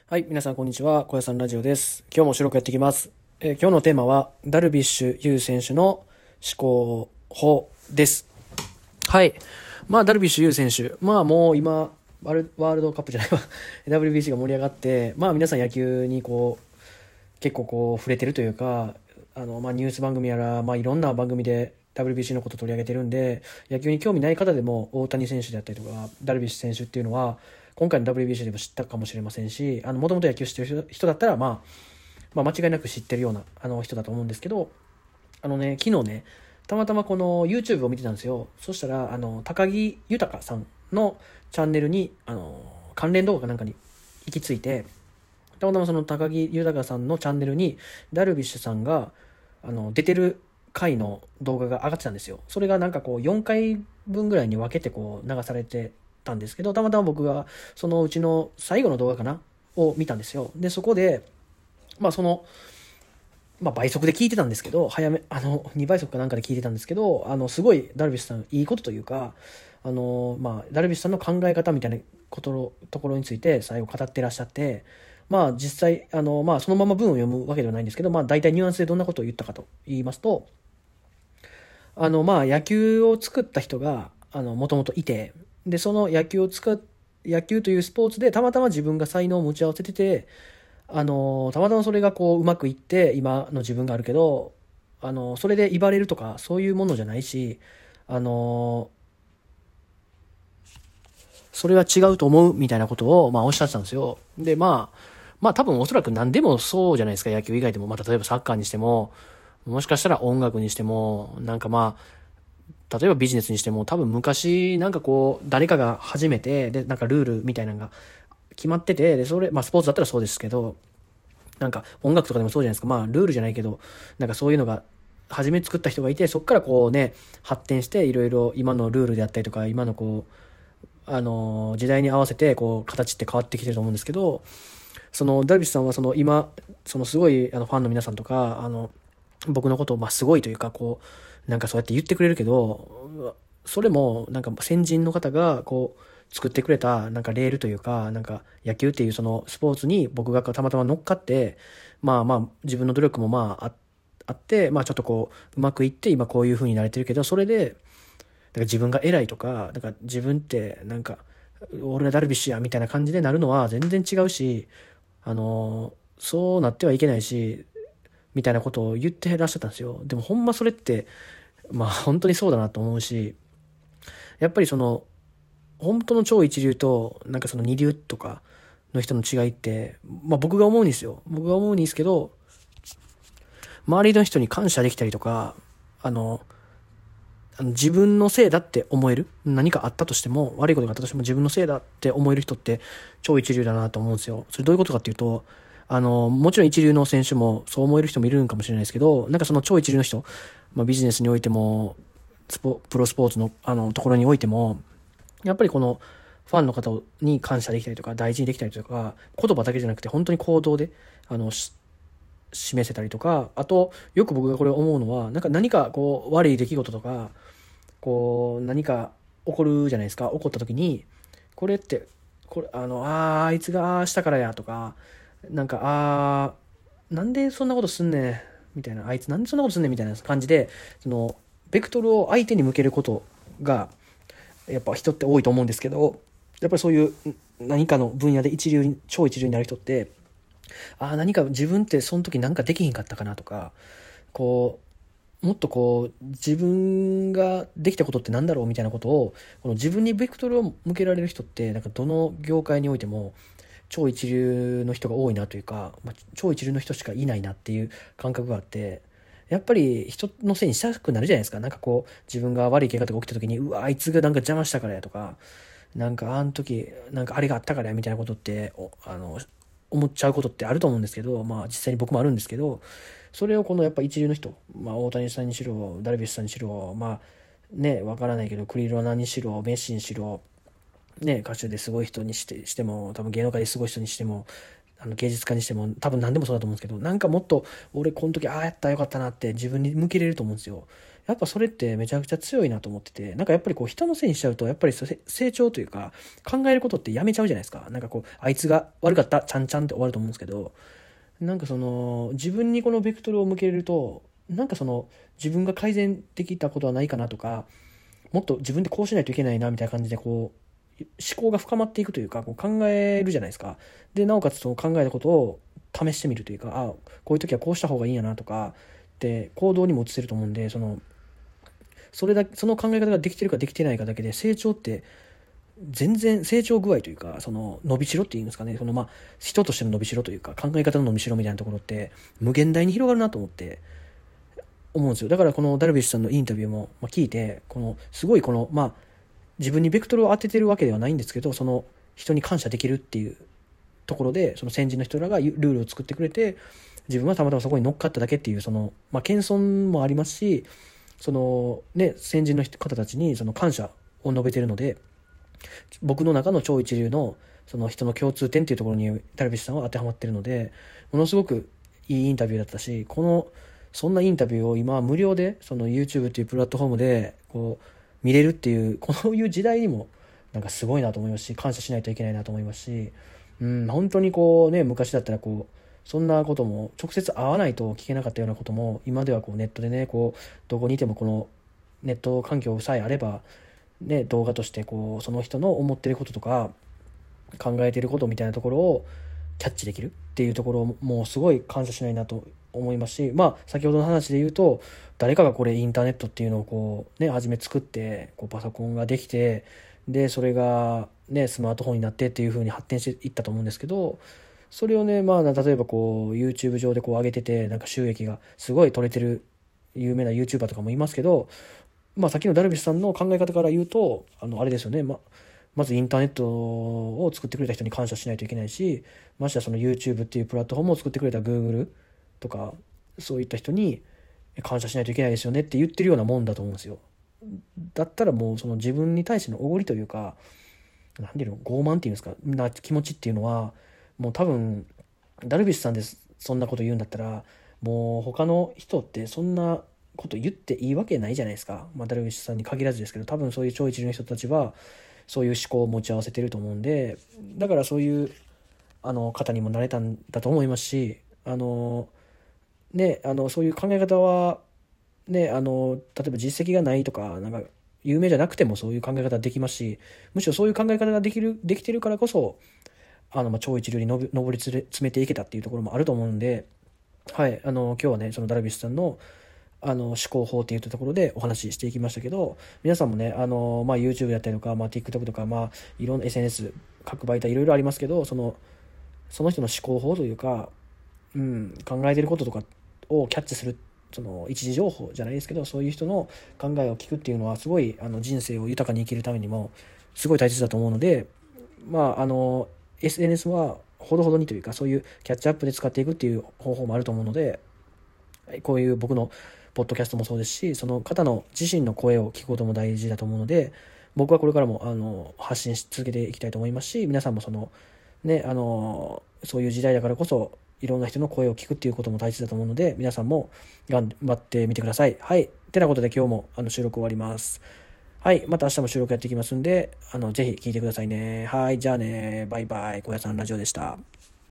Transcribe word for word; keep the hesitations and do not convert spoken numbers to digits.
はい、皆さんこんにちは。小屋さんラジオです。今日も収録やっていきます。えー今日のテーマは、ダルビッシュ有選手の思考法です。はい。まあ、ダルビッシュ有選手。まあ、もう今、ワールワールドカップじゃないわ。ダブリュービーシー が盛り上がって、まあ、皆さん野球にこう、結構こう、触れてるというか、あの、まあ、ニュース番組やら、まあ、いろんな番組で ダブリュービーシー のことを取り上げてるんで、野球に興味ない方でも、大谷選手であったりとか、ダルビッシュ選手っていうのは、今回の ダブリュービーシー でも知ったかもしれませんし、あの、もともと野球知ってる人人だったら、まあ、まあ、間違いなく知ってるような、あの、人だと思うんですけど、あのね、昨日ね、たまたまこの YouTube を見てたんですよ。そしたら、あの、高木豊さんのチャンネルに、あの、関連動画かなんかに行き着いて、たまたまその高木豊さんのチャンネルに、ダルビッシュさんが、あの、出てる回の動画が上がってたんですよ。それがなんかこう、よんかいぶんぐらいに分けてこう、流されてたんですけど、たまたま僕が、そのうちの最後の動画かなを見たんですよ。で、そこで、まあその、まあ倍速で聞いてたんですけど、早め、あの、にばい速かなんかで聞いてたんですけど、あの、すごいダルビッシュさんいいことというか、あの、まあ、ダルビッシュさんの考え方みたいなことの、ところについて最後語ってらっしゃって、まあ実際、あの、まあそのまま文を読むわけではないんですけど、まあ大体ニュアンスでどんなことを言ったかと言いますと、あの、まあ野球を作った人が、あの、もともといて、で、その野球を作っ、野球というスポーツでたまたま自分が才能を持ち合わせてて、あの、たまたまそれがこう、うまくいって、今の自分があるけど、あの、それで威張れるとか、そういうものじゃないし、あの、それは違うと思うみたいなことを、まあ、おっしゃってたんですよ。で、まあ、まあ多分おそらく何でもそうじゃないですか、野球以外でも。まあ例えばサッカーにしても、もしかしたら音楽にしても、なんかまあ、例えばビジネスにしても、多分昔、なんかこう、誰かが始めて、で、なんかルールみたいなのが決まってて、で、それ、まあスポーツだったらそうですけど、なんか音楽とかでもそうじゃないですか。まあルールじゃないけど、なんかそういうのが初め作った人がいて、そこからこうね、発展していろいろ今のルールであったりとか、今のこう、あの、時代に合わせてこう、形って変わってきてると思うんですけど、そのダルビッシュさんはその今、そのすごいあのファンの皆さんとか、あの、僕のことをまあすごいというか、こう、なんかそうやって言ってくれるけど、それもなんか先人の方がこう作ってくれたなんかレールというか、なんか野球っていうそのスポーツに僕がたまたま乗っかって、まあまあ自分の努力もまあああって、まあちょっとこううまくいって今こういう風になれてるけど、それで、だから自分が偉いとか、だから自分ってなんか、俺がダルビッシュやみたいな感じでなるのは全然違うし、あの、そうなってはいけないし、みたいなことを言ってらっしゃったんですよ。でもほんまそれって、まあ本当にそうだなと思うし、やっぱりその、本当の超一流と、なんかその二流とかの人の違いって、まあ僕が思うんですよ。僕が思うんですけど、周りの人に感謝できたりとか、あの、あの自分のせいだって思える。何かあったとしても、悪いことがあったとしても自分のせいだって思える人って超一流だなと思うんですよ。それどういうことかっていうと、あの、もちろん一流の選手もそう思える人もいるんかもしれないですけど、なんかその超一流の人、まあビジネスにおいても、スポプロスポーツのあのところにおいても、やっぱりこのファンの方に感謝できたりとか大事にできたりとか、言葉だけじゃなくて本当に行動で、あの、示せたりとか、あと、よく僕がこれ思うのは、なんか何かこう悪い出来事とか、こう何か起こるじゃないですか。起こった時に、これって、これ、あの、ああ、あいつがああしたからやとか、なんか、ああ、なんでそんなことすんねん、みたいな、あいつなんでそんなことすんねんみたいな感じで、その、ベクトルを相手に向けることが、やっぱ人って多いと思うんですけど、やっぱりそういう何かの分野で一流に、超一流になる人って、ああ、何か自分ってその時なんかできひんかったかなとか、こう、もっとこう、自分ができたことってなんだろうみたいなことを、この自分にベクトルを向けられる人って、なんかどの業界においても、超一流の人が多いなというか、まあ、超一流の人しかいないなっていう感覚があって、やっぱり人のせいにしたくなるじゃないですか。なんかこう、自分が悪い怪我とか起きた時に、うわ、あいつがなんか邪魔したからやとか、なんかあの時、なんかあれがあったからやみたいなことって、あの、思っちゃうことってあると思うんですけど、まあ実際に僕もあるんですけど、それをこのやっぱ一流の人、まあ大谷さんにしろ、ダルビッシュさんにしろ、まあね、わからないけど、クリロナにしろ、メッシにしろ、ね、歌手ですごい人にしてしても、多分芸能界ですごい人にしても、 あの芸術家にしても多分何でもそうだと思うんですけど、なんかもっと俺この時ああやったらよかったなって自分に向けれると思うんですよ。やっぱそれってめちゃくちゃ強いなと思ってて、なんかやっぱりこう人のせいにしちゃうと、やっぱり成長というか考えることってやめちゃうじゃないですか。なんかこうあいつが悪かったちゃんちゃんって終わると思うんですけど、なんかその自分にこのベクトルを向けると、なんかその自分が改善できたことはないかなとか、もっと自分でこうしないといけないなみたいな感じでこう思考が深まっていくというか、こう考えるじゃないですか。でなおかつその考えたことを試してみるというか、あこういう時はこうした方がいいんやなとかって行動にも移せると思うんで、そのそれだその考え方ができてるかできてないかだけで成長って全然成長具合というか、その伸びしろっていうんですかね、そのまあ人としての伸びしろというか考え方の伸びしろみたいなところって無限大に広がるなと思って思うんですよ。だからこのダルビッシュさんのインタビューも聞いて、このすごいこのまあ自分にベクトルを当ててるわけではないんですけど、その人に感謝できるっていうところで、その先人の人らがルールを作ってくれて、自分はたまたまそこに乗っかっただけっていう、そのまあ謙遜もありますし、そのね先人の方たちにその感謝を述べてるので、僕の中の超一流のその人の共通点っていうところにダルビッシュさんは当てはまってるので、ものすごくいいインタビューだったし、このそんなインタビューを今無料でその YouTube っていうプラットフォームでこう見れるっていう、こういう時代にもなんかすごいなと思いますし、感謝しないといけないなと思いますし、うん、本当にこうね、昔だったらこうそんなことも直接会わないと聞けなかったようなことも、今ではこうネットでね、こうどこにいてもこのネット環境さえあればね、動画としてこうその人の思ってることとか考えてることみたいなところをキャッチできるっていうところをもうすごい感謝しないなと思いますし、まあ先ほどの話で言うと、誰かがこれインターネットっていうのをこうね初め作って、こうパソコンができて、でそれがねスマートフォンになってっていう風に発展していったと思うんですけど、それをねまあ例えばこう YouTube 上でこう上げてて、なんか収益がすごい取れてる有名な YouTuber とかもいますけど、まあさっきのダルビッシュさんの考え方から言うと、あのあれですよね、ままずインターネットを作ってくれた人に感謝しないといけないし、ましてやその YouTube っていうプラットフォームを作ってくれた Google とかそういった人に感謝しないといけないですよねって言ってるようなもんだと思うんですよ。だったらもうその自分に対してのおごりというか、なんていうの、傲慢っていうんですか、な気持ちっていうのは、もう多分ダルビッシュさんでそんなこと言うんだったら、もう他の人ってそんなこと言っていいわけないじゃないですか。まあダルビッシュさんに限らずですけど、多分そういう超一流の人たちはそういう思考を持ち合わせてると思うんで、だからそういうあの方にもなれたんだと思いますし、あのね、あのそういう考え方はね、あの例えば実績がないとか、なんか有名じゃなくてもそういう考え方できますし、むしろそういう考え方ができるできてるからこそ、あのまあ超一流にのび上り詰めていけたっていうところもあると思うんで、はい、あの今日はねそのダルビッシュさんのあの思考法っていうところでお話ししていきましたけど、皆さんもね、あの、まあ、YouTube だったりとか、まあ、TikTok とか、まあ、いろんな エスエヌエス、各媒体いろいろありますけど、その、その人の思考法というか、うん、考えてることとかをキャッチする、その、一時情報じゃないですけど、そういう人の考えを聞くっていうのは、すごい、あの、人生を豊かに生きるためにも、すごい大切だと思うので、まあ、あの、エスエヌエス は、ほどほどにというか、そういうキャッチアップで使っていくっていう方法もあると思うので、こういう僕のポッドキャストもそうですし、その方の自身の声を聞くことも大事だと思うので、僕はこれからもあの発信し続けていきたいと思いますし、皆さんもそのね、あのそういう時代だからこそいろんな人の声を聞くっていうことも大切だと思うので、皆さんも頑張ってみてください。はい。てなことで今日もあの収録終わります。はい。また明日も収録やっていきますんで、あのぜひ聞いてくださいね。はい。じゃあね。バイバイ。小屋さんラジオでした。